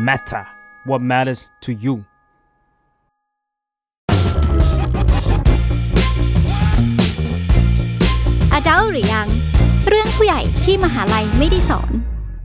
matter what matters to you Adult หรือยังเรื่องผู้ใหญ่ที่มหาลัยไม่ได้สอน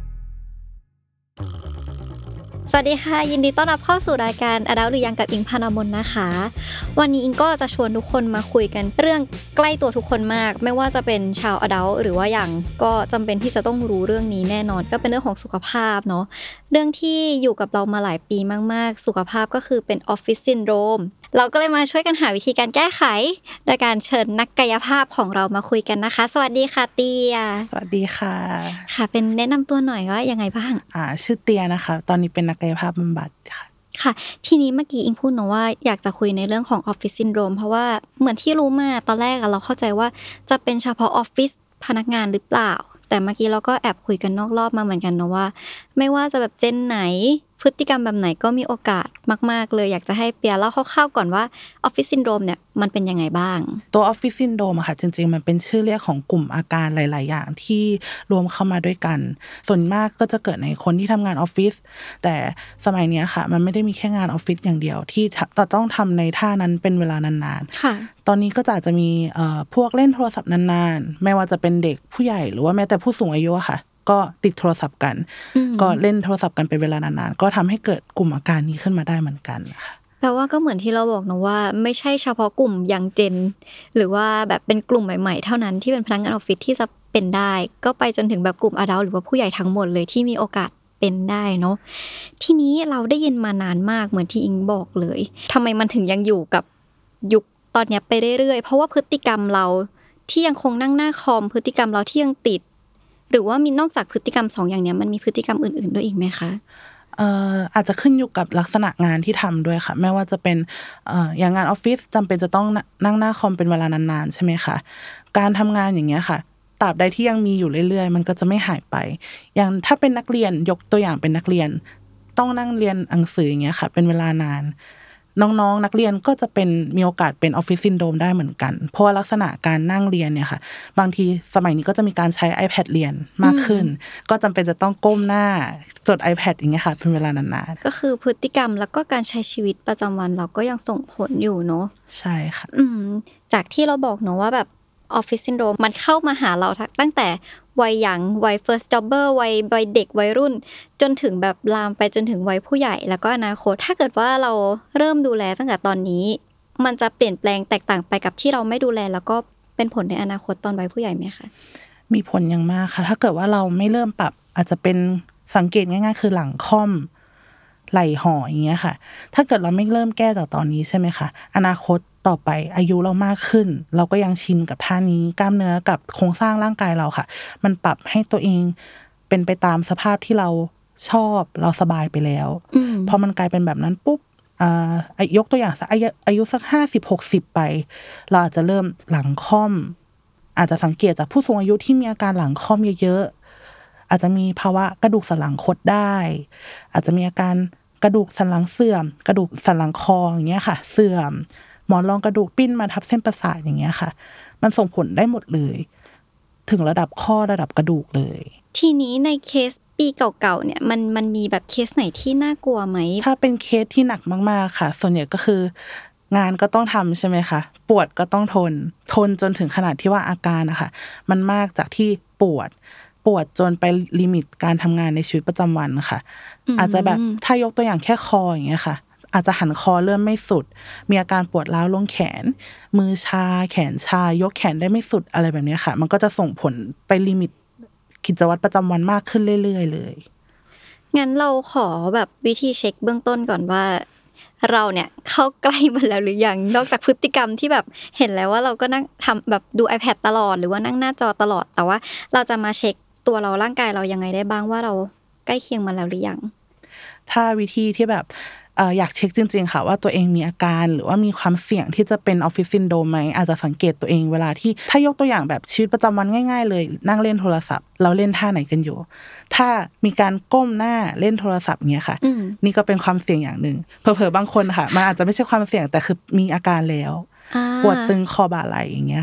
สวัสดีค่ะยินดีต้อนรับเข้าสู่รายการ Adult หรือยังกับอิงพานามนนะคะวันนี้อิงก็จะชวนทุกคนมาคุยกันเรื่องใกล้ตัวทุกคนมากไม่ว่าจะเป็นชาว Adult หรือว่าอย่างก็จำเป็นที่จะต้องรู้เรื่องนี้แน่นอนก็เป็นเรื่องของสุขภาพเนาะเรื่องที่อยู่กับเรามาหลายปีมากๆสุขภาพก็คือเป็น Office Syndrome เราก็เลยมาช่วยกันหาวิธีการแก้ไขโดยการเชิญนักกายภาพของเรามาคุยกันนะคะสวัสดีค่ะเตียสวัสดีค่ะค่ะเป็นแนะนำตัวหน่อยว่ายังไงบ้างชื่อเตียนะคะตอนนี้เป็นนักกายภาพบำบัดค่ะค่ะทีนี้เมื่อกี้อิงพูดเนาะว่าอยากจะคุยในเรื่องของ Office Syndrome เพราะว่าเหมือนที่รู้มาตอนแรกเราเข้าใจว่าจะเป็นเฉพาะออฟฟิศพนักงานหรือเปล่าแต่เมื่อกี้เราก็แอบคุยกันนอกรอบมาเหมือนกันเนาะว่าไม่ว่าจะแบบเจนไหนพฤติกรรมแบบไหนก็มีโอกาสมากๆเลยอยากจะให้เปียเล่าคร่าวๆก่อนว่า Office Syndrome เนี่ยมันเป็นยังไงบ้างตัว Office Syndrome อะค่ะจริงๆมันเป็นชื่อเรียกของกลุ่มอาการหลายๆอย่างที่รวมเข้ามาด้วยกันส่วนมากก็จะเกิดในคนที่ทำงานออฟฟิศแต่สมัยนี้ค่ะมันไม่ได้มีแค่งานออฟฟิศอย่างเดียวที่จะต้องทำในท่านั้นเป็นเวลานานๆค่ะตอนนี้ก็อาจจะมีพวกเล่นโทรศัพท์นานๆไม่ว่าจะเป็นเด็กผู้ใหญ่หรือว่าแม้แต่ผู้สูงอายุอะค่ะก็ติดโทรศัพท์กันก็เล่นโทรศัพท์กันเป็นเวลานานๆก็ทำให้เกิดกลุ่มอาการนี้ขึ้นมาได้เหมือนกันค่ะแปลว่าก็เหมือนที่เราบอกนะว่าไม่ใช่เฉพาะกลุ่มยังเจนหรือว่าแบบเป็นกลุ่มใหม่ๆเท่านั้นที่เป็นพนักงานออฟฟิศที่จะเป็นได้ก็ไปจนถึงแบบกลุ่มอดัลต์หรือว่าผู้ใหญ่ทั้งหมดเลยที่มีโอกาสเป็นได้เนาะทีนี้เราได้ยินมานานมากเหมือนที่อิงบอกเลยทำไมมันถึงยังอยู่กับยุคตอนนี้ไปเรื่อยๆเพราะว่าพฤติกรรมเราที่ยังคงนั่งหน้าคอมพฤติกรรมเราที่ยังติดหรือว่ามีนอกจากพฤติกรรม2อย่างเนี้ยมันมีพฤติกรรมอื่นๆด้วยอีกไหมคะอาจจะขึ้นอยู่กับลักษณะงานที่ทำด้วยค่ะไม่ว่าจะเป็นอย่างงานออฟฟิศจำเป็นจะต้องนั่งหน้าคอมเป็นเวลานานๆใช่ไหมคะการทำงานอย่างเงี้ยค่ะตราบใดที่ยังมีอยู่เรื่อยๆมันก็จะไม่หายไปอย่างถ้าเป็นนักเรียนยกตัวอย่างเป็นนักเรียนต้องนั่งเรียนหนังสืออย่างเงี้ยค่ะเป็นเวลานานน้องๆนักเรียนก็จะเป็นมีโอกาสเป็นออฟฟิศซินโดรมได้เหมือนกันเพราะว่าลักษณะการนั่งเรียนเนี่ยค่ะบางทีสมัยนี้ก็จะมีการใช้ iPad เรียนมากขึ้นก็จำเป็นจะต้องก้มหน้าจด iPad อย่างเงี้ยค่ะเป็นเวลานานๆก็คือพฤติกรรมแล้วก็การใช้ชีวิตประจำวันเราก็ยังส่งผลอยู่เนาะใช่ค่ะจากที่เราบอกเนาะว่าแบบOffice Syndrome มันเข้ามาหาเราตั้งแต่วัยหยังวัย first jobber วัยเด็กวัยรุ่นจนถึงแบบลามไปจนถึงวัยผู้ใหญ่แล้วก็อนาคตถ้าเกิดว่าเราเริ่มดูแลตั้งแต่ตอนนี้มันจะเปลี่ยนแปลงแตกต่างไปกับที่เราไม่ดูแลแล้วก็เป็นผลในอนาคตตอนวัยผู้ใหญ่ไหมคะมีผลอย่างมากค่ะถ้าเกิดว่าเราไม่เริ่มปรับอาจจะเป็นสังเกตง่ายๆคือหลังค่อมไหล่ห่ออย่างเงี้ยค่ะถ้าเกิดเราไม่เริ่มแก้จากตอนนี้ใช่ไหมคะอนาคตต่อไปอายุเรามากขึ้นเราก็ยังชินกับท่านี้กล้ามเนื้อกับโครงสร้างร่างกายเราค่ะมันปรับให้ตัวเองเป็นไปตามสภาพที่เราชอบเราสบายไปแล้วพอมันกลายเป็นแบบนั้นปุ๊บยกตัวอย่างสักอายุสัก50-60ไปเราอาจจะเริ่มหลังค่อมอาจจะสังเกตจากผู้สูงอายุที่มีอาการหลังค่อมเยอะๆอาจจะมีภาวะกระดูกสันหลังคดได้อาจจะมีอาการกระดูกสันหลังเสื่อมกระดูกสันหลังคออย่างเงี้ยค่ะเสื่อมหมอนรองกระดูกปิ้นมาทับเส้นประสาทอย่างเงี้ยค่ะมันส่งผลได้หมดเลยถึงระดับข้อระดับกระดูกเลยทีนี้ในเคสปีเก่าๆเนี่ยมันมีแบบเคสไหนที่น่ากลัวไหมถ้าเป็นเคสที่หนักมากๆค่ะส่วนใหญ่ก็คืองานก็ต้องทำใช่ไหมคะปวดก็ต้องทนจนถึงขนาดที่ว่าอาการนะคะมันมากจากที่ปวดจนไปลิมิตการทำงานในชีวิตประจำวันค่ะอาจจะแบบถ้ายกตัวอย่างแค่คออย่างเงี้ยค่ะอาจจะหันคอเริ่มไม่สุดมีอาการปวดร้าวลงแขนมือชาแขนชายกแขนได้ไม่สุดอะไรแบบนี้ค่ะมันก็จะส่งผลไปลิมิตกิจวัตรประจำวันมากขึ้นเรื่อยๆเลยงั้นเราขอแบบวิธีเช็คเบื้องต้นก่อนว่าเราเนี่ยเข้าใกล้มันแล้วหรือยังนอกจากพฤติกรรมที่แบบเห็นแล้วว่าเราก็นั่งทำแบบดู iPad ตลอดหรือว่านั่งหน้าจอตลอดแต่ว่าเราจะมาเช็คตัวเราร่างกายเรายังไงได้บ้างว่าเราใกล้เคียงมันแล้วหรือยังถ้าวิธีที่แบบอยากเช็คจริงๆค่ะว่าตัวเองมีอาการหรือว่ามีความเสี่ยงที่จะเป็นออฟฟิศซินโดรมไหมอาจจะสังเกตตัวเองเวลาที่ถ้ายกตัวอย่างแบบชีวิตประจำวันง่ายๆเลยนั่งเล่นโทรศัพท์เราเล่นท่าไหนกันอยู่ถ้ามีการก้มหน้าเล่นโทรศัพท์เงี้ยค่ะนี่ก็เป็นความเสี่ยงอย่างนึงเผลอๆบางคนค่ะมันอาจจะไม่ใช่ความเสี่ยงแต่คือมีอาการแล้วปวดตึงคอบ่าไหล่อย่างเงี้ยค่ะ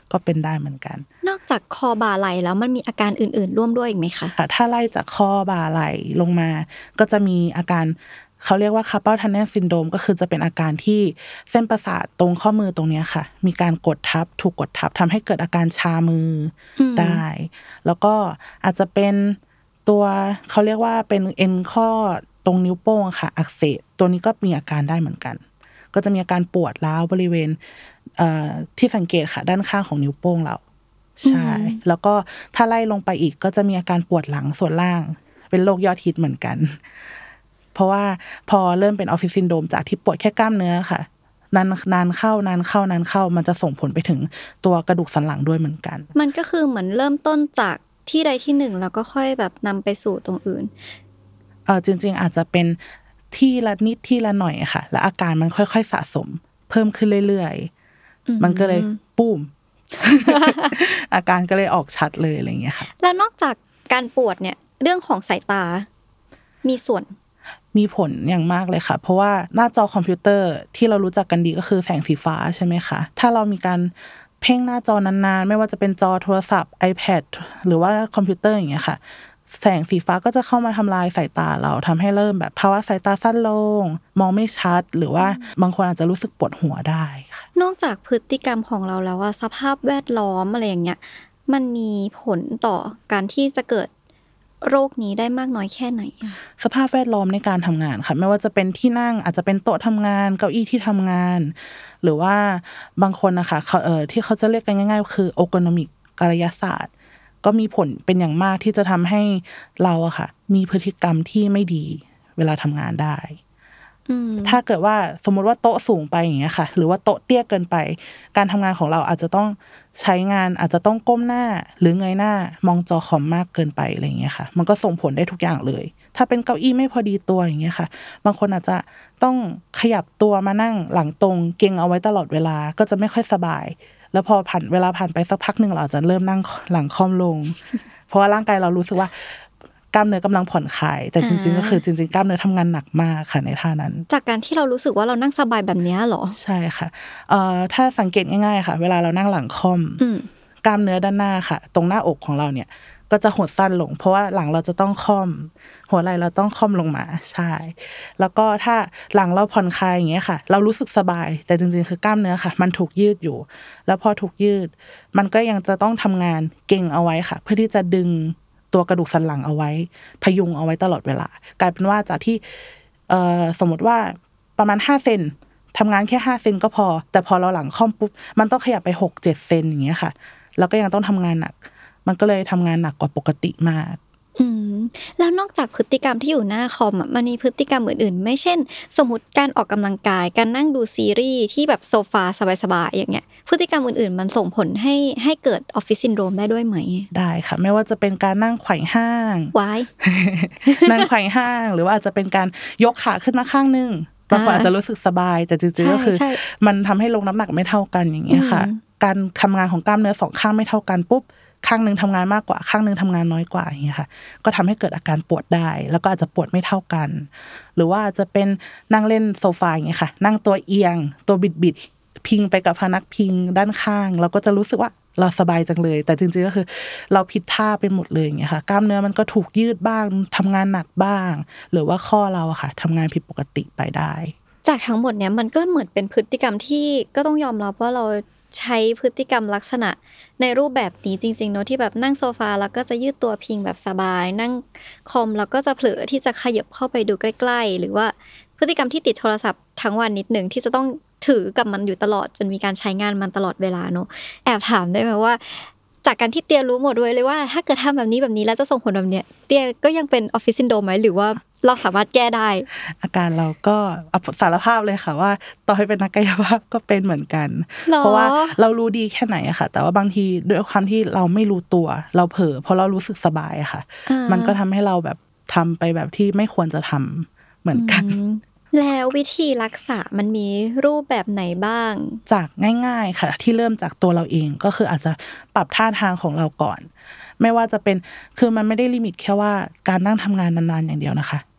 ก็เป็นได้เหมือนกันนอกจากคอบ่าไหล่แล้วมันมีอาการอื่นๆร่วมด้วยอีกไหมคะถ้าไล่จากคอบ่าไหล่ลงมาก็จะมีอาการเขาเรียกว่า carpal tunnel syndrome ก็คือจะเป็นอาการที่เส้นประสาทตรงข้อมือตรงนี้ค่ะมีการกดทับถูกกดทับทำให้เกิดอาการชามือได้แล้วก็อาจจะเป็นตัวเขาเรียกว่าเป็นเอ็นข้อตรงนิ้วโป้งค่ะอักเสบตัวนี้ก็มีอาการได้เหมือนกันก็จะมีอาการปวดร้าวบริเวณที่สังเกตค่ะด้านข้างของนิ้วโป้งเราใช่แล้วก็ถ้าไล่ลงไปอีกก็จะมีอาการปวดหลังส่วนล่างเป็นโรคยอดฮิตเหมือนกันเพราะว่าพอเริ่มเป็นออฟฟิศซินโดรมจากที่ปวดแค่กล้ามเนื้อค่ะนานเข้ามันจะส่งผลไปถึงตัวกระดูกสันหลังด้วยเหมือนกันมันก็คือเหมือนเริ่มต้นจากที่ใดที่หนึ่งแล้วก็ค่อยแบบนำไปสู่ตรงอื่นจริงๆอาจจะเป็นที่ละนิดที่ละหน่อยค่ะแล้วอาการมันค่อยๆสะสมเพิ่มขึ้นเรื่อยๆมันก็เลยปุ้ม อาการก็เลยออกชัดเลยอะไรอย่างเงี้ยค่ะแล้วนอกจากการปวดเนี่ยเรื่องของสายตามีส่วนมีผลอย่างมากเลยค่ะเพราะว่าหน้าจอคอมพิวเตอร์ที่เรารู้จักกันดีก็คือแสงสีฟ้าใช่ไหมคะถ้าเรามีการเพ่งหน้าจอนานๆไม่ว่าจะเป็นจอโทรศัพท์ iPad หรือว่าคอมพิวเตอร์อย่างเงี้ยค่ะแสงสีฟ้าก็จะเข้ามาทำลายสายตาเราทำให้เริ่มแบบภาวะสายตาสั้นลงมองไม่ชัดหรือว่าบางคนอาจจะรู้สึกปวดหัวได้ค่ะนอกจากพฤติกรรมของเราแล้วว่าสภาพแวดล้อมอะไรอย่างเงี้ยมันมีผลต่อการที่จะเกิดโรคนี้ได้มากน้อยแค่ไหนสภาพแวดล้อมในการทำงานค่ะไม่ว่าจะเป็นที่นั่งอาจจะเป็นโต๊ะทำงานเก้าอี้ที่ทำงานหรือว่าบางคนนะคะที่เขาจะเรียกกันง่ายๆคือergonomicโนมิกกายศาสตร์ก็มีผลเป็นอย่างมากที่จะทำให้เราอะค่ะมีพฤติกรรมที่ไม่ดีเวลาทำงานได้ถ้าเกิดว่าสมมติว่าโต๊ะสูงไปอย่างเงี้ยค่ะหรือว่าโต๊ะเตี้ยเกินไปการทำงานของเราอาจจะต้องใช้งานอาจจะต้องก้มหน้าหรือเงยหน้ามองจอคอมมากเกินไปอะไรอย่างเงี้ยค่ะมันก็ส่งผลได้ทุกอย่างเลยถ้าเป็นเก้าอี้ไม่พอดีตัวอย่างเงี้ยค่ะบางคนอาจจะต้องขยับตัวมานั่งหลังตรงเก่งเอาไว้ตลอดเวลาก็จะไม่ค่อยสบายแล้วพอเวลาผ่านไปสักพักนึงเราจะเริ่มนั่งหลังค่อมลง เพราะว่าร่างกายเรารู้สึกว่ากล้ามเนื้อกำลังผ่อนคลายแต่จริงๆก็คือจริงๆกล้ามเนื้อทำงานหนักมากค่ะในท่านั้นจากการที่เรารู้สึกว่าเรานั่งสบายแบบนี้หรอใช่ค่ะถ้าสังเกตง่ายๆค่ะเวลาเรานั่งหลังค่อมกล้ามเนื้อด้านหน้าค่ะตรงหน้าอกของเราเนี่ยก็จะหดสั้นลงเพราะว่าหลังเราจะต้องค่อมหัวไหล่เราต้องค่อมลงมาใช่แล้วก็ถ้าหลังเราผ่อนคลายอย่างเงี้ยค่ะเรารู้สึกสบายแต่จริงๆคือกล้ามเนื้อค่ะมันถูกยืดอยู่แล้วพอถูกยืดมันก็ยังจะต้องทำงานเก่งเอาไว้ค่ะเพื่อที่จะดึงตัวกระดูกสันหลังเอาไว้พยุงเอาไว้ตลอดเวลากลายเป็นว่าจากที่สมมติว่าประมาณ5 เซนทำงานแค่5 เซนก็พอแต่พอเราหลังค่อมปุ๊บมันต้องขยับไป6-7 เซนอย่างเงี้ยค่ะแล้วก็ยังต้องทำงานหนักมันก็เลยทำงานหนักกว่าปกติมากแล้วนอกจากพฤติกรรมที่อยู่หน้าคอมมันมีพฤติกรรมอื่นๆไม่เช่นสมมุติการออกกำลังกายการนั่งดูซีรีส์ที่แบบโซฟาสบายๆอย่างเงี้ยพฤติกรรมอื่นๆมันส่งผลให้เกิดออฟฟิศซินโดรมได้ด้วยไหมได้ค่ะไม่ว่าจะเป็นการนั่งไขว่ห้างนั่งไขว่ห้างหรือว่าอาจจะเป็นการยกขาขึ้นมาข้างนึงบางคนอาจจะรู้สึกสบายแต่จริงๆก็คือมันทำให้ลงน้ำหนักไม่เท่ากันอย่างเงี้ยค่ะการทำงานของกล้ามเนื้อ2 ข้างไม่เท่ากันปุ๊บข้างนึงทำงานมากกว่าข้างนึงทำงานน้อยกว่าอย่างเงี้ยค่ะก็ทำให้เกิดอาการปวดได้แล้วก็อาจจะปวดไม่เท่ากันหรือว่าจะเป็นนั่งเล่นโซฟาอย่างเงี้ยค่ะนั่งตัวเอียงตัวบิดพิงไปกับพนักพิงด้านข้างเราก็จะรู้สึกว่าเราสบายจังเลยแต่จริงๆก็คือเราผิดท่าไปหมดเลยอย่างเงี้ยค่ะกล้ามเนื้อมันก็ถูกยืดบ้างทำงานหนักบ้างหรือว่าข้อเราอะค่ะทำงานผิดปกติไปได้จากทั้งหมดเนี้ยมันก็เหมือนเป็นพฤติกรรมที่ก็ต้องยอมรับว่าเราใช้พฤติกรรมลักษณะในรูปแบบนี้จริงๆเนอะที่แบบนั่งโซฟาแล้วก็จะยืดตัวพิงแบบสบายนั่งคอมแล้วก็จะเผลอที่จะขยับเข้าไปดูใกล้ๆหรือว่าพฤติกรรมที่ติดโทรศัพท์ทั้งวันนิดนึงที่จะต้องถือกับมันอยู่ตลอดจนมีการใช้งานมันตลอดเวลาเนอะแอบถามได้ไหมว่าจากการที่เตียรู้หมดเลยว่าถ้าเกิดทำแบบนี้แล้วจะส่งผลแบบเนี้ยเตียก็ยังเป็นออฟฟิศซินโดรมไหมหรือว่าเราสามารถแก้ได้อาการเราก็สารภาพเลยค่ะว่าต่อให้เป็นนักกายภาพก็เป็นเหมือนกันเพราะว่าเรารู้ดีแค่ไหนอะค่ะแต่ว่าบางทีด้วยความที่เราไม่รู้ตัวเราเผลอเพราะเรารู้สึกสบายอะค่ะมันก็ทำให้เราแบบทำไปแบบที่ไม่ควรจะทำเหมือนกันแล้ววิธีรักษามันมีรูปแบบไหนบ้างจากง่ายๆค่ะที่เริ่มจากตัวเราเองก็คืออาจจะปรับท่าทางของเราก่อนไม่ว่าจะเป็นคือมันไม่ได้ลิมิตแค่ว่าการนั่งทำงานนานๆอย่างเดียวนะคะ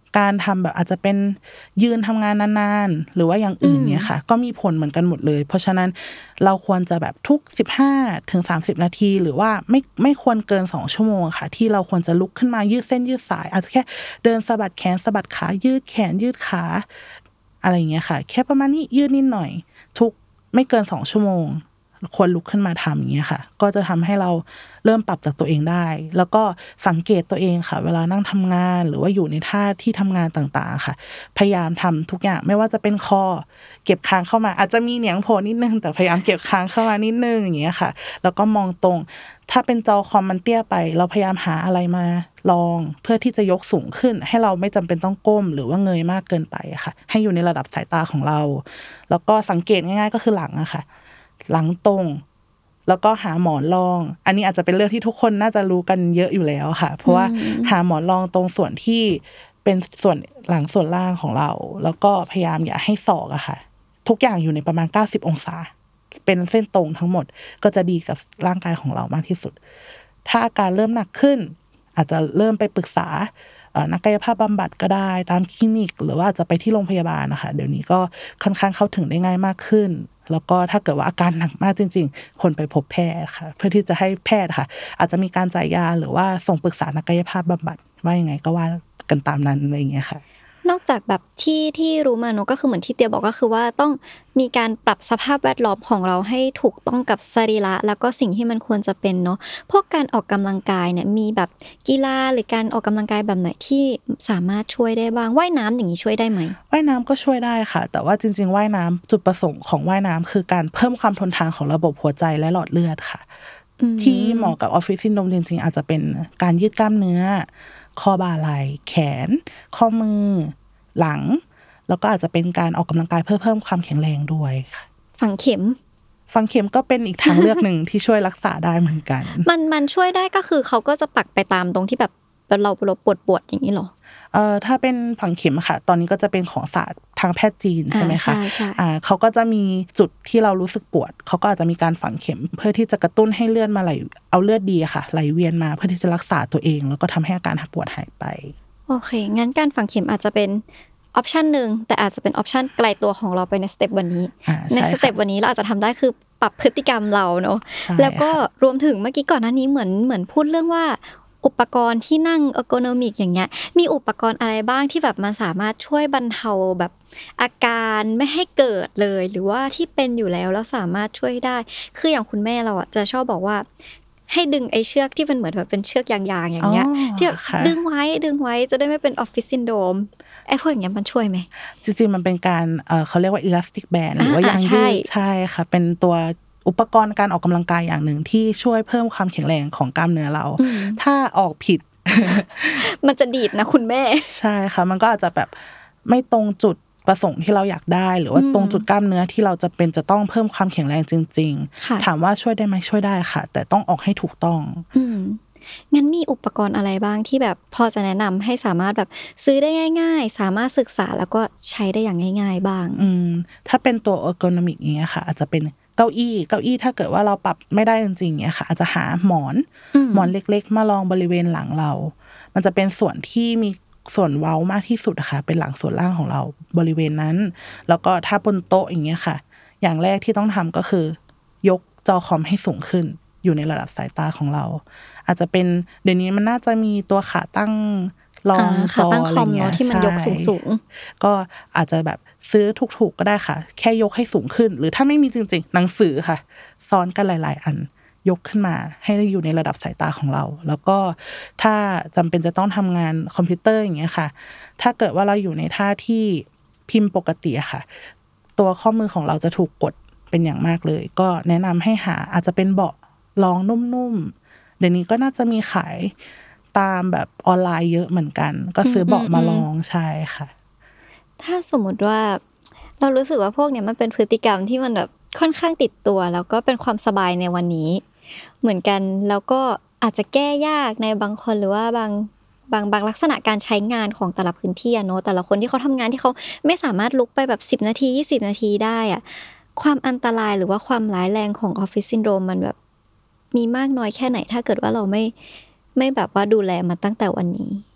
การทำแบบอาจจะเป็นยืนทำงานนานๆหรือว่าอย่างอื่นเนี่ยค่ะก็มีผลเหมือนกันหมดเลยเพราะฉะนั้นเราควรจะแบบทุก15 ถึง 30 นาทีหรือว่าไม่ควรเกิน2 ชั่วโมงค่ะที่เราควรจะลุกขึ้นมายืดเส้นยืดสายอาจจะแค่เดินสะบัดแขนสะบัดขายืดแขนยืดขาอะไรอย่างเงี้ยค่ะแค่ประมาณนี้ยืดนิดหน่อยทุกไม่เกิน2 ชั่วโมงควรลุกขึ้นมาทำอย่างเงี้ยค่ะก็จะทำให้เราเริ่มปรับจากตัวเองได้แล้วก็สังเกตตัวเองค่ะเวลานั่งทำงานหรือว่าอยู่ในท่าที่ทำงานต่างๆค่ะพยายามทำทุกอย่างไม่ว่าจะเป็นคอเก็บคางเข้ามาอาจจะมีเหนียงโผล่นิดนึงแต่พยายามเก็บคางเข้ามานิดนึงอย่างเงี้ยค่ะแล้วก็มองตรงถ้าเป็นจอคอมมันเตี้ยไปเราพยายามหาอะไรมาลองเพื่อที่จะยกสูงขึ้นให้เราไม่จำเป็นต้องก้มหรือว่าเงยมากเกินไปค่ะให้อยู่ในระดับสายตาของเราแล้วก็สังเกตง่ายๆก็คือหลังอะค่ะหลังตรงแล้วก็หาหมอนรองอันนี้อาจจะเป็นเรื่องที่ทุกคนน่าจะรู้กันเยอะอยู่แล้วค่ะเพราะว่าหาหมอนรองตรงส่วนที่เป็นส่วนหลังส่วนล่างของเราแล้วก็พยายามอย่าให้ศอกอะค่ะทุกอย่างอยู่ในประมาณ90 องศาเป็นเส้นตรงทั้งหมดก็จะดีกับร่างกายของเรามากที่สุดถ้าอาการเริ่มหนักขึ้นอาจจะเริ่มไปปรึกษานักกายภาพบำบัดก็ได้ตามคลินิกหรือว่าจะไปที่โรงพยาบาลนะคะเดี๋ยวนี้ก็ค่อนข้างเข้าถึงได้ง่ายมากขึ้นแล้วก็ถ้าเกิดว่าอาการหนักมากจริงๆคนไปพบแพทย์ค่ะเพื่อที่จะให้แพทย์ค่ะอาจจะมีการจ่ายยาหรือว่าส่งปรึกษานักกายภาพบำบัดว่ายังไงก็ว่ากันตามนั้นอะไรอย่างเงี้ยค่ะนอกจากแบบที่รู้มาเนอะก็คือเหมือนที่เตียบอกก็คือว่าต้องมีการปรับสภาพแวดล้อมของเราให้ถูกต้องกับสรีระแล้วก็สิ่งที่มันควรจะเป็นเนาะพวกการออกกำลังกายเนี่ยมีแบบกีฬาหรือการออกกำลังกายแบบไหนที่สามารถช่วยได้บ้างว่ายน้ำอย่างนี้ช่วยได้ไหมว่ายน้ำก็ช่วยได้ค่ะแต่ว่าจริงๆว่ายน้ำจุดประสงค์ของว่ายน้ำคือการเพิ่มความทนทานของระบบหัวใจและหลอดเลือดค่ะที่เหมาะกับออฟฟิศซินโดรมจริงๆอาจจะเป็นการยืดกล้ามเนื้อข้อบ่าไหล่แขนข้อมือหลังแล้วก็อาจจะเป็นการออกกำลังกายเพื่อเพิ่มความแข็งแรงด้วยค่ะฝังเข็มก็เป็นอีกทางเลือกหนึ่งที่ช่วยรักษาได้เหมือนกันมันช่วยได้ก็คือเขาก็จะปักไปตามตรงที่แบบเราปวดอย่างนี้หรอถ้าเป็นฝังเข็มค่ะตอนนี้ก็จะเป็นของศาสตร์ทางแพทย์จีนใช่ไหมคะเขาก็จะมีจุดที่เรารู้สึกปวดเขาก็อาจจะมีการฝังเข็มเพื่อที่จะกระตุ้นให้เลือดมาไหลเอาเลือดดีค่ะไหลเวียนมาเพื่อที่จะรักษาตัวเองแล้วก็ทำให้อาการปวดหายไปโอเคงั้นการฝังเข็มอาจจะเป็นออปชันนึงแต่อาจจะเป็นออปชันไกลตัวของเราไปในสเต็ปวันนี้ในสเต็ปวันนี้เราอาจจะทำได้คือปรับพฤติกรรมเราเนาะแล้วก็รวมถึงเมื่อกี้ก่อนหน้านี้เหมือนพูดเรื่องว่าอุปกรณ์ที่นั่งเออร์โกนอมิกอย่างเงี้ยมีอุปกรณ์อะไรบ้างที่แบบมันสามารถช่วยบรรเทาแบบอาการไม่ให้เกิดเลยหรือว่าที่เป็นอยู่แล้วสามารถช่วยได้คืออย่างคุณแม่เราอ่ะจะชอบบอกว่าให้ดึงไอ้เชือกที่มันเหมือนแบบเป็นเชือกยางๆอย่างเงี้ยที่ดึงไว้จะได้ไม่เป็นออฟฟิศซินโดรมไอ้พวกอย่างเงี้ยมันช่วยไหมจริงๆมันเป็นการเขาเรียกว่าอิลาสติกแบนด์หรือว่ายางยืดใช่ค่ะเป็นตัวอุปกรณ์การออกกำลังกายอย่างหนึ่งที่ช่วยเพิ่มความแข็งแรงของกล้ามเนื้อเราถ้าออกผิดมันจะดีดนะคุณแม่ใช่ค่ะมันก็อาจจะแบบไม่ตรงจุดประสงค์ที่เราอยากได้หรือว่าตรงจุดกล้ามเนื้อที่เราจะต้องเพิ่มความแข็งแรงจริงๆถามว่าช่วยได้ไหมช่วยได้ค่ะแต่ต้องออกให้ถูกต้องงั้นมีอุปกรณ์อะไรบ้างที่แบบพอจะแนะนำให้สามารถแบบซื้อได้ง่ายๆสามารถศึกษาแล้วก็ใช้ได้อย่างง่ายๆบ้างถ้าเป็นตัวเออร์โกนอมิกอย่างเงี้ยค่ะอาจจะเป็นเก้าอี้ถ้าเกิดว่าเราปรับไม่ได้จริงๆเงี้ยค่ะอาจจะหาหมอนเล็กๆมาลองบริเวณหลังเรามันจะเป็นส่วนที่มีส่วนเว้ามากที่สุดค่ะเป็นหลังส่วนล่างของเราบริเวณนั้นแล้วก็ถ้าบนโต๊ะอย่างเงี้ยค่ะอย่างแรกที่ต้องทำก็คือยกจอคอมให้สูงขึ้นอยู่ในระดับสายตาของเราอาจจะเป็นเดี๋ยวนี้มันน่าจะมีตัวขาตั้งรองจออะไรเงี้ยที่มันยกสูงๆก็อาจจะแบบซื้อถูกๆก็ได้ค่ะแค่ยกให้สูงขึ้นหรือถ้าไม่มีจริงๆหนังสือค่ะซ้อนกันหลายๆอันยกขึ้นมาให้อยู่ในระดับสายตาของเราแล้วก็ถ้าจำเป็นจะต้องทำงานคอมพิวเตอร์อย่างเงี้ยค่ะถ้าเกิดว่าเราอยู่ในท่าที่พิมพ์ปกติอะค่ะตัวข้อมือของเราจะถูกกดเป็นอย่างมากเลยก็แนะนำให้หาอาจจะเป็นเบาะรองนุ่มๆเดี๋ยวนี้ก็น่าจะมีขายตามแบบออนไลน์เยอะเหมือนกันก็ซื้อเบาะมาลองใช่ค่ะถ้าสมมติว่าเรารู้สึกว่าพวกเนี้ยมันเป็นพฤติกรรมที่มันแบบค่อนข้างติดตัวแล้วก็เป็นความสบายในวันนี้เหมือนกันแล้วก็อาจจะแก้ยากในบางคนหรือว่าบางลักษณะการใช้งานของแต่ละพื้นที่เนอะแต่ละคนที่เขาทำงานที่เขาไม่สามารถลุกไปแบบ10 นาที20 นาทีได้อะความอันตรายหรือว่าความร้ายแรงของออฟฟิศซินโดรมมันแบบมีมากน้อยแค่ไหนถ้าเกิดว่าเราไม่แบบว่าดูแลมันตั้งแต่วันนี้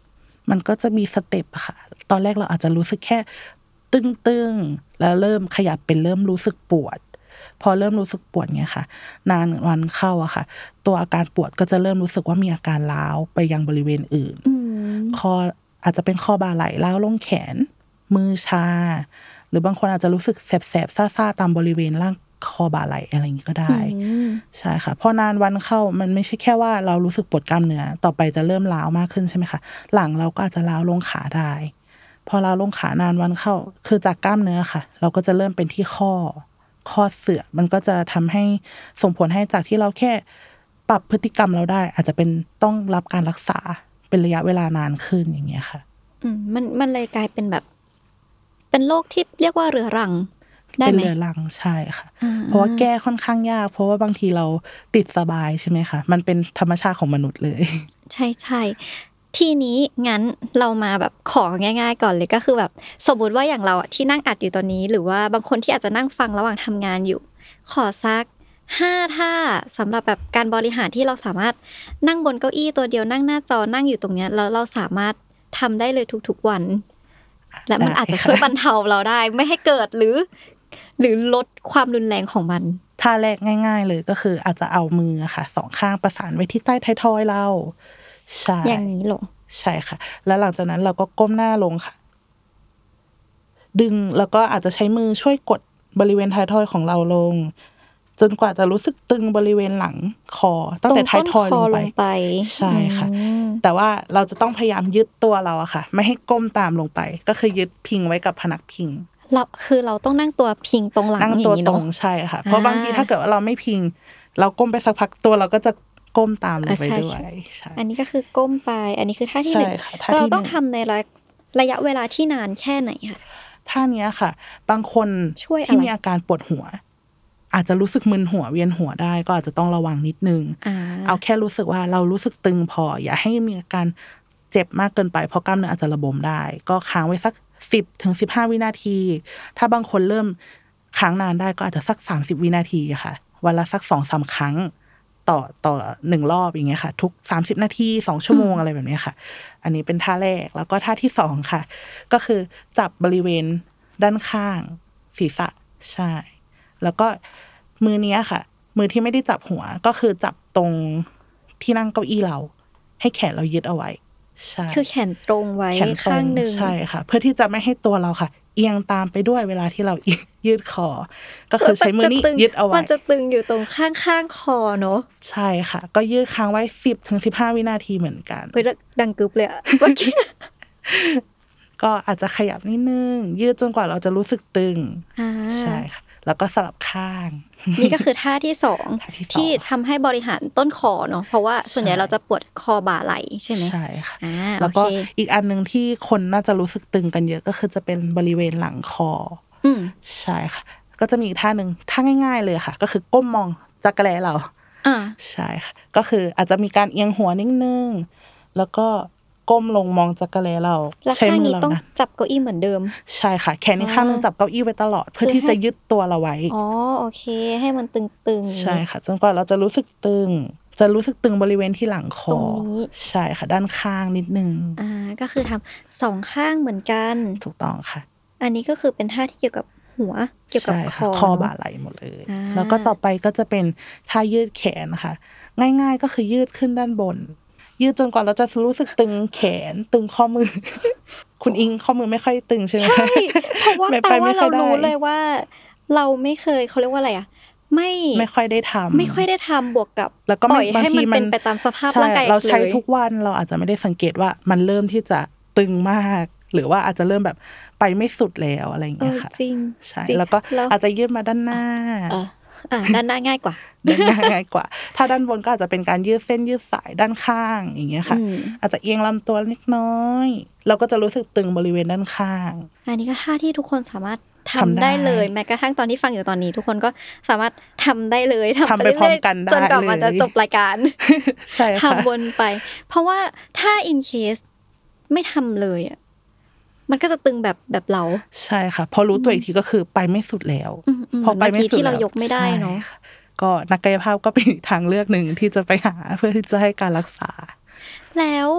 มันก็จะมีสเต็ปอะค่ะตอนแรกเราอาจจะรู้สึกแค่ตึงๆแล้วเริ่มขยับเป็นเริ่มรู้สึกปวดพอเริ่มรู้สึกปวดเงี้ยค่ะนานวันเข้าอะค่ะตัวอาการปวดก็จะเริ่มรู้สึกว่ามีอาการร้าวไปยังบริเวณอื่นคออาจจะเป็นคอบ่าไหล่ร้าวลงแขนมือชาหรือบางคนอาจจะรู้สึกแสบๆซ่าๆตามบริเวณร่างคอบ่าไหล่อะไรอย่างนี้ก็ได้ใช่ค่ะพอนานวันเข้ามันไม่ใช่แค่ว่าเรารู้สึกปวดกล้ามเนื้อต่อไปจะเริ่มร้าวมากขึ้นใช่ไหมคะหลังเราก็อาจจะร้าวลงขาได้พอร้าวลงขานานวันเข้าคือจากกล้ามเนื้อค่ะเราก็จะเริ่มเป็นที่ข้อเสื่อมมันก็จะทำให้ส่งผลให้จากที่เราแค่ปรับพฤติกรรมเราได้อาจจะเป็นต้องรับการรักษาเป็นระยะเวลานานขึ้นอย่างเงี้ยค่ะมันเลยกลายเป็นแบบเป็นโรคที่เรียกว่าเรื้อรังได้ไหมเป็นเรื้อรังใช่ค่ะเพราะว่าแก้ค่อนข้างยากเพราะว่าบางทีเราติดสบายใช่ไหมคะมันเป็นธรรมชาติของมนุษย์เลยใช่ทีนี้งั้นเรามาแบบของ่ายๆก่อนเลยก็คือแบบสมมติว่าอย่างเราที่นั่งอัดอยู่ตอนนี้หรือว่าบางคนที่อาจจะนั่งฟังระหว่างทำงานอยู่ขอสัก5ท่าสำหรับแบบการบริหารที่เราสามารถนั่งบนเก้าอี้ตัวเดียวนั่งหน้าจอนั่งอยู่ตรงเนี้ยแล้วเราสามารถทำได้เลยทุกๆวันและมันอาจจะช่วยบรรเทาเราได้ไม่ให้เกิดหรือลดความรุนแรงของมันท่าแรกง่ายๆเลยก็คืออาจจะเอามือค่ะสองข้างประสานไว้ที่ใต้ท้ายทอยเราใช่อย่างนี้ลงใช่ค่ะแล้วหลังจากนั้นเราก็ก้มหน้าลงค่ะดึงแล้วก็อาจจะใช้มือช่วยกดบริเวณท้ายทอยของเราลงจนกว่าจะรู้สึกตึงบริเวณหลังคอตั้งแต่ท้ายทอยลงไปใช่ค่ะแต่ว่าเราจะต้องพยายามยึดตัวเราอะค่ะไม่ให้ก้มตามลงไปก็คือยึดพิงไว้กับพนักพิงเราต้องนั่งตัวพิงตรงหลังอย่างนี้เนาะนั่งตัวตรงใช่ค่ะเพราะบางทีถ้าเกิดว่าเราไม่พิงเราก้มไปสักพักตัวเราก็จะก้มตามลงไปด้วยใช่อันนี้ก็คือก้มไปอันนี้คือท่าที่1เราต้องทำในระยะเวลาที่นานแค่ไหนคะท่านี้ค่ะบางคนที่มีอาการปวดหัวอาจจะรู้สึกมึนหัวเวียนหัวได้ก็อาจจะต้องระวังนิดนึงเอาแค่รู้สึกว่าเรารู้สึกตึงพออย่าให้มีอาการเจ็บมากเกินไปเพราะกล้ามเนื้ออาจจะระบมได้ก็ค้างไว้สัก10-15วินาทีถ้าบางคนเริ่มค้างนานได้ก็อาจจะสัก30วินาทีค่ะวันละสัก 2-3 ครั้งต่อ1รอบอย่างเงี้ยค่ะทุก30นาที2ชั่วโมงอะไรแบบนี้ค่ะอันนี้เป็นท่าแรกแล้วก็ท่าที่2ค่ะก็คือจับบริเวณด้านข้างศีรษะใช่แล้วก็มือนี้ค่ะมือที่ไม่ได้จับหัวก็คือจับตรงที่นั่งเก้าอี้เราให้แขนเรายึดเอาไว้ใช่คือแขนตรงไว้ข้างนึงใช่ค่ะเพื่อที่จะไม่ให้ตัวเราค่ะเอียงตามไปด้วยเวลาที่เรายืดคอก็คือใช้มือนี้ยึดเอาไว้มันจะตึงอยู่ตรงข้างคอเนาะใช่ค่ะก็ยืดค้างไว้10-15วินาทีเหมือนกันเฮ้ยดังกึบเลยอะเมื่อกี้ก็อาจจะขยับนิดนึงยืดจนกว่าเราจะรู้สึกตึงใช่ค่ะแล้วก็สลับข้างนี่ก็คือท่าที่2ที่ทำให้บริหารต้นคอเนาะเพราะว่าส่วนใหญ่เราจะปวดคอบ่าไหล่ใช่ไหมใช่ค่ะแล้วก็อีกอันนึงที่คนน่าจะรู้สึกตึงกันเยอะก็คือจะเป็นบริเวณหลังคอใช่ค่ะก็จะมีอีกท่านึงท่าง่ายๆเลยค่ะก็คือก้มมองจักแร้เราใช่ค่ะก็คืออาจจะมีการเอียงหัวนิดนึงแล้วก็ก้มลงมองจักแร้เราใช้มือเราต้องจับเก้าอี้เหมือนเดิมใช่ค่ะแขนอีกข้างนึงจับเก้าอี้ไว้ตลอดเพื่อที่จะยึดตัวเราไว้โอเคให้มันตึงๆใช่ค่ะจนกว่าเราจะรู้สึกตึงบริเวณที่หลังคอใช่ค่ะด้านข้างนิดนึงก็คือทำ2ข้างเหมือนกันถูกต้องค่ะอันนี้ก็คือเป็นท่าที่เกี่ยวกับหัวเกี่ยวกับคอบ่าไหล่หมดเลยแล้วก็ต่อไปก็จะเป็นท่ายืดแขนค่ะง่ายๆก็คือยืดขึ้นด้านบนยืดจนกว่าเราจะรู้สึกตึงแขนตึงข้อมือคุณอิงข้อมือไม่ค่อยตึงใช่ไหมใช่เพราะว่าแปลว่าเรารู้เลยว่าเราไม่เคยเขาเรียกว่าอะไรอ่ะไม่ค่อยได้ทำบวกกับปล่อยให้มันเป็นไปตามสภาพร่างกายเราใช้ทุกวันเราอาจจะไม่ได้สังเกตว่ามันเริ่มที่จะตึงมากหรือว่าอาจจะเริ่มแบบไปไม่สุดแล้วอะไรอย่างเงี้ยค่ะจริงใช่แล้วก็อาจจะยืดมาด้านหน้าด้านหน้าง่ายกว่าถ้าด้านบนก็อาจจะเป็นการยืดเส้นยืดสายด้านข้างอย่างเงี้ยค่ะอาจจะเอียงลำตัวเล็กน้อยเราก็จะรู้สึกตึงบริเวณด้านข้างอันนี้ก็ท่าที่ทุกคนสามารถทำได้เลยแม้กระทั่งตอนที่ฟังอยู่ตอนนี้ทุกคนก็สามารถทำได้เลยทำไปพร้อมกันได้จนกว่ามันจะจบรายการใช่ค่ะทำวนไปเพราะว่าถ้า in case ไม่ทำเลยอ่ะมันก็จะตึงแบบเราใช่ค่ะพอรู้ตัวอีกทีก็คือไปไม่สุดแล้วพอไปไม่สุดที่เรายกไม่ได้เนาะก็นักกายภาพก็เป็นทางเลือกหนึ่งที่จะไปหาเพื่อที่จะให้การรักษาแล้ว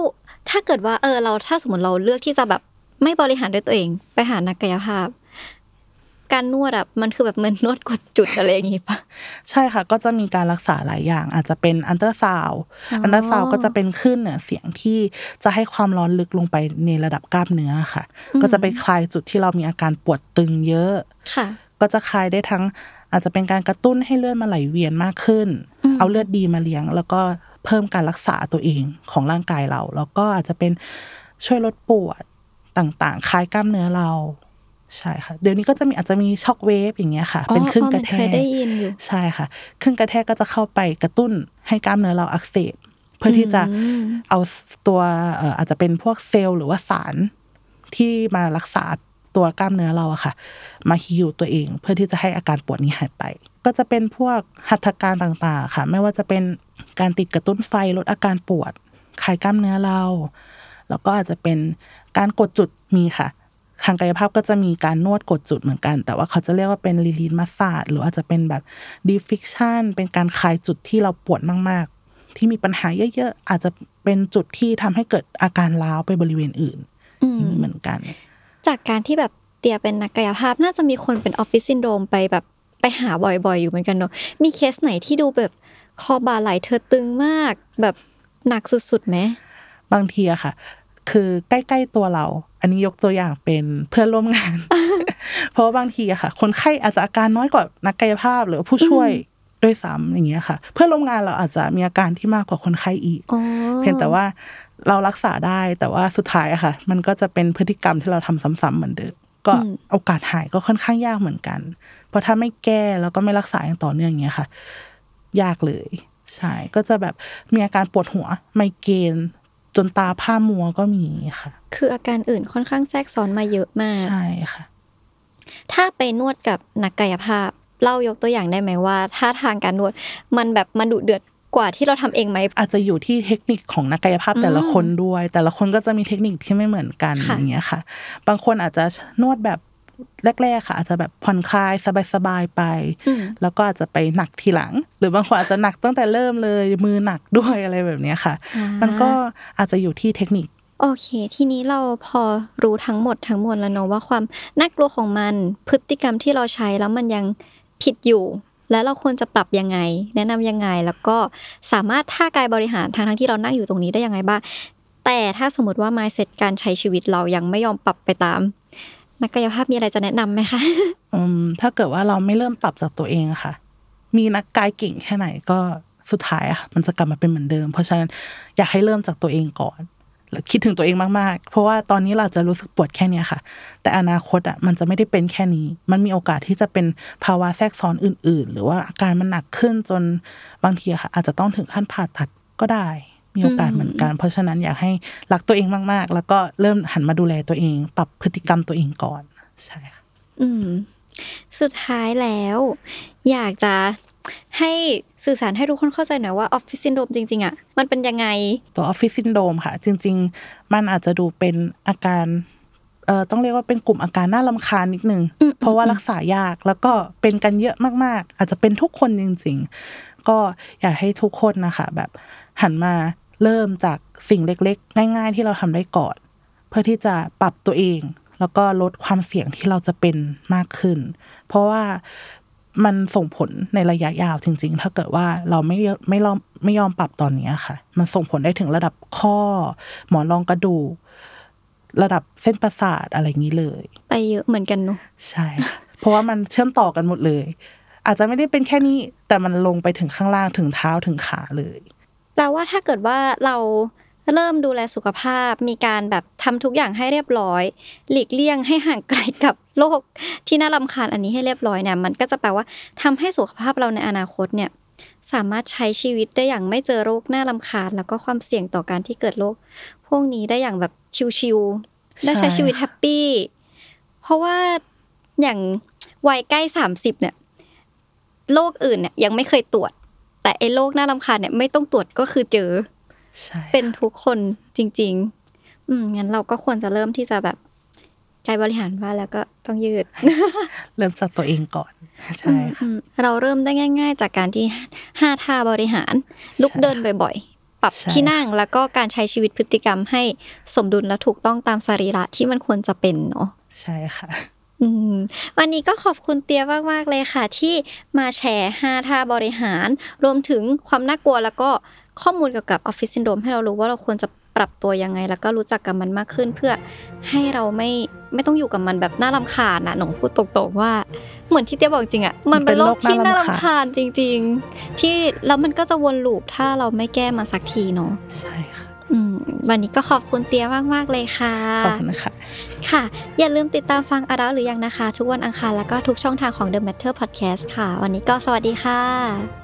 ถ้าเกิดว่าเราถ้าสมมติเราเลือกที่จะแบบไม่บริหารด้วยตัวเองไปหานักกายภาพการนวดอ่ะมันคือแบบเหมือนนวดกดจุดอะไรอย่างงี้ปะใช่ค่ะก็จะมีการรักษาหลายอย่างอาจจะเป็นอัลตราซาวด์ก็จะเป็นคลื่นเหนือเสียงที่จะให้ความร้อนลึกลงไปในระดับกล้ามเนื้อค่ะก็จะไปคลายจุดที่เรามีอาการปวดตึงเยอะค่ะก็จะคลายได้ทั้งอาจจะเป็นการกระตุ้นให้เลือดมาไหลเวียนมากขึ้นเอาเลือดดีมาเลี้ยงแล้วก็เพิ่มการรักษาตัวเองของร่างกายเราแล้วก็อาจจะเป็นช่วยลดปวดต่างๆคลายกล้ามเนื้อเราใช่ค่ะเดี๋ยวนี้ก็จะมีอาจจะมีช็อคเวฟอย่างเงี้ยค่ะเป็นคลื่นกระแทกได้ยินอยู่ใช่ค่ะคลื่นกระแทกก็จะเข้าไปกระตุ้นให้กล้ามเนื้อเราอักเสบเพื่อที่จะเอาตัวอาจจะเป็นพวกเซลล์หรือว่าสารที่มารักษาตัวกล้ามเนื้อเราอะค่ะมาฮีลตัวเองเพื่อที่จะให้อาการปวดนี้หายไปก็จะเป็นพวกหัตถการต่างๆค่ะไม่ว่าจะเป็นการติดกระตุ้นไฟลดอาการปวดคลายกล้ามเนื้อเราแล้วก็อาจจะเป็นการกดจุดมีค่ะทางกายภาพก็จะมีการนวดกดจุดเหมือนกันแต่ว่าเขาจะเรียกว่าเป็นรีลีสมัสซาจหรืออาจจะเป็นแบบดีฟิกชันเป็นการคลายจุดที่เราปวดมากๆที่มีปัญหาเยอะๆอาจจะเป็นจุดที่ทำให้เกิดอาการร้าวไปบริเวณอื่นเหมือนกันจากการที่แบบเตียเป็นนักกายภาพน่าจะมีคนเป็นออฟฟิศซินโดรมไปแบบไปหาบ่อยๆอยู่เหมือนกันเนาะมีเคสไหนที่ดูแบบคอบ่าไหล่เธอตึงมากแบบหนักสุดๆไหมบางทีอะค่ะคือใกล้ๆตัวเราอันนี้ยกตัวอย่างเป็นเพื่อนร่วมงาน เพราะว่าบางทีอะค่ะคนไข้อาจจะอาการน้อยกว่านักกายภาพหรือผู้ช่วยด้วยซ้ำอย่างเงี้ยค่ะเพื่อนร่วมงานเราอาจจะมีอาการที่มากกว่าคนไข้อีกเพียงแต่ว่าเรารักษาได้แต่ว่าสุดท้ายอะค่ะมันก็จะเป็นพฤติกรรมที่เราทำซ้ำๆเหมือนเดิมก็โอกาสหายก็ค่อนข้างยากเหมือนกันเพราะถ้าไม่แก้แล้วก็ไม่รักษาอย่างต่อเนื่องอย่างเงี้ยค่ะยากเลยใช่ก็จะแบบมีอาการปวดหัวไมเกรนจนตาผ้ามัวก็มีค่ะคืออาการอื่นค่อนข้างแทรกซ้อนมาเยอะมากใช่ค่ะถ้าไปนวดกับนักกายภาพเล่ายกตัวอย่างได้ไหมว่าท่าทางการนวดมันแบบมันดุเดือดกว่าที่เราทำเองไหมอาจจะอยู่ที่เทคนิคของนักกายภาพแต่ละคนด้วยแต่ละคนก็จะมีเทคนิคที่ไม่เหมือนกันอย่างเงี้ยค่ะบางคนอาจจะนวดแบบแรกๆค่ะอาจจะแบบผ่อนคลายสบายๆไปแล้วก็อาจจะไปหนักทีหลังหรือบางคนอาจจะหนักตั้งแต่เริ่มเลยมือหนักด้วยอะไรแบบนี้ค่ะมันก็อาจจะอยู่ที่เทคนิคโอเคทีนี้เราพอรู้ทั้งหมดแล้วเนาะว่าความน่ากลัวของมันพฤติกรรมที่เราใช้แล้วมันยังผิดอยู่แล้วเราควรจะปรับยังไงแนะนำยังไงแล้วก็สามารถท่ากายบริหารทั้งที่เรานั่งอยู่ตรงนี้ได้ยังไงบ้างแต่ถ้าสมมติว่า mindset การใช้ชีวิตเรายังไม่ยอมปรับไปตามนักกายภาพมีอะไรจะแนะนำไหมคะถ้าเกิดว่าเราไม่เริ่มปรับจากตัวเองค่ะมีนักกายเก่งแค่ไหนก็สุดท้ายอะมันจะกลับมาเป็นเหมือนเดิมเพราะฉะนั้นอยากให้เริ่มจากตัวเองก่อนคิดถึงตัวเองมากๆเพราะว่าตอนนี้เราจะรู้สึกปวดแค่นี้ค่ะแต่อนาคตอ่ะมันจะไม่ได้เป็นแค่นี้มันมีโอกาสที่จะเป็นภาวะแทรกซ้อนอื่นๆหรือว่าอาการมันหนักขึ้นจนบางทีค่ะอาจจะต้องถึงขั้นผ่าตัดก็ได้มีโอกาสเหมือนกันเพราะฉะนั้นอยากให้รักตัวเองมากๆแล้วก็เริ่มหันมาดูแลตัวเองปรับพฤติกรรมตัวเองก่อนใช่ค่ะสุดท้ายแล้วอยากจะให้สื่อสารให้ทุกคนเข้าใจหน่อยว่าออฟฟิศซินโดรมจริงๆอ่ะมันเป็นยังไงตัวออฟฟิศซินโดรมค่ะจริงๆมันอาจจะดูเป็นอาการต้องเรียกว่าเป็นกลุ่มอาการน่ารำคาญนิดนึงเพราะว่ารักษายากแล้วก็เป็นกันเยอะมากๆอาจจะเป็นทุกคนจริงๆก็อยากให้ทุกคนนะคะแบบหันมาเริ่มจากสิ่งเล็กๆง่ายๆที่เราทำได้ก่อนเพื่อที่จะปรับตัวเองแล้วก็ลดความเสี่ยงที่เราจะเป็นมากขึ้นเพราะว่ามันส่งผลในระยะยาวจริงๆถ้าเกิดว่าเราไม่ยอมปรับตอนนี้ค่ะมันส่งผลได้ถึงระดับข้อหมอนรองกระดูกระดับเส้นประสาทอะไรอย่างนี้เลยไปเยอะเหมือนกันเนาะใช่เพราะว่ามันเชื่อมต่อกันหมดเลยอาจจะไม่ได้เป็นแค่นี้แต่มันลงไปถึงข้างล่างถึงเท้าถึงขาเลยแปลว่าถ้าเกิดว่าเราเริ่มดูแลสุขภาพมีการแบบทำทุกอย่างให้เรียบร้อยหลีกเลี่ยงให้ห่างไกลกับโรคที่น่ารำคาญอันนี้ให้เรียบร้อยเนี่ยมันก็จะแปลว่าทำให้สุขภาพเราในอนาคตเนี่ยสามารถใช้ชีวิตได้อย่างไม่เจอโรคน่ารำคาญแล้วก็ความเสี่ยงต่อการที่เกิดโรคพวกนี้ได้อย่างแบบชิลๆได้ใช้ชีวิตแฮปปี้เพราะว่าอย่างวัยใกล้30เนี่ยโรคอื่นเนี่ยยังไม่เคยตรวจแต่ไอ้โรคน่ารำคาญเนี่ยไม่ต้องตรวจก็คือเจอเป็นทุกคนจริงๆงั้นเราก็ควรจะเริ่มที่จะแบบกายบริหารว่าแล้วก็ต้องยืดเริ่มจากตัวเองก่อนใช่เราเริ่มได้ง่ายๆจากการที่5ท่าบริหารลุกเดินบ่อยๆปรับที่นั่งแล้วก็การใช้ชีวิตพฤติกรรมให้สมดุลและถูกต้องตามสรีระที่มันควรจะเป็นเนาะใช่ค่ะวันนี้ก็ขอบคุณเตียมากๆเลยค่ะที่มาแชร์5ท่าบริหารรวมถึงความน่ากลัวแล้วก็ข้อมูลเกี่ยวกับออฟฟิศซินโดรมให้เรารู้ว่าเราควรจะปรับตัวยังไงแล้วก็รู้จักกับมันมากขึ้นเพื่อให้เราไม่ต้องอยู่กับมันแบบน่ารำคาญนะหนูพูดตรงๆว่าเหมือนที่เตี้ยบอกจริงอ่ะมันเป็นโรคที่น่ารำคาญจริงๆที่แล้วมันก็จะวนลูปถ้าเราไม่แก้มันสักทีเนาะใช่ค่ะวันนี้ก็ขอบคุณเตี้ยมากๆเลยค่ะขอบคุณค่ะค่ะอย่าลืมติดตามฟังAdultหรือยังนะคะทุกวันอังคารแล้วก็ทุกช่องทางของ The Matter Podcast ค่ะวันนี้ก็สวัสดีค่ะ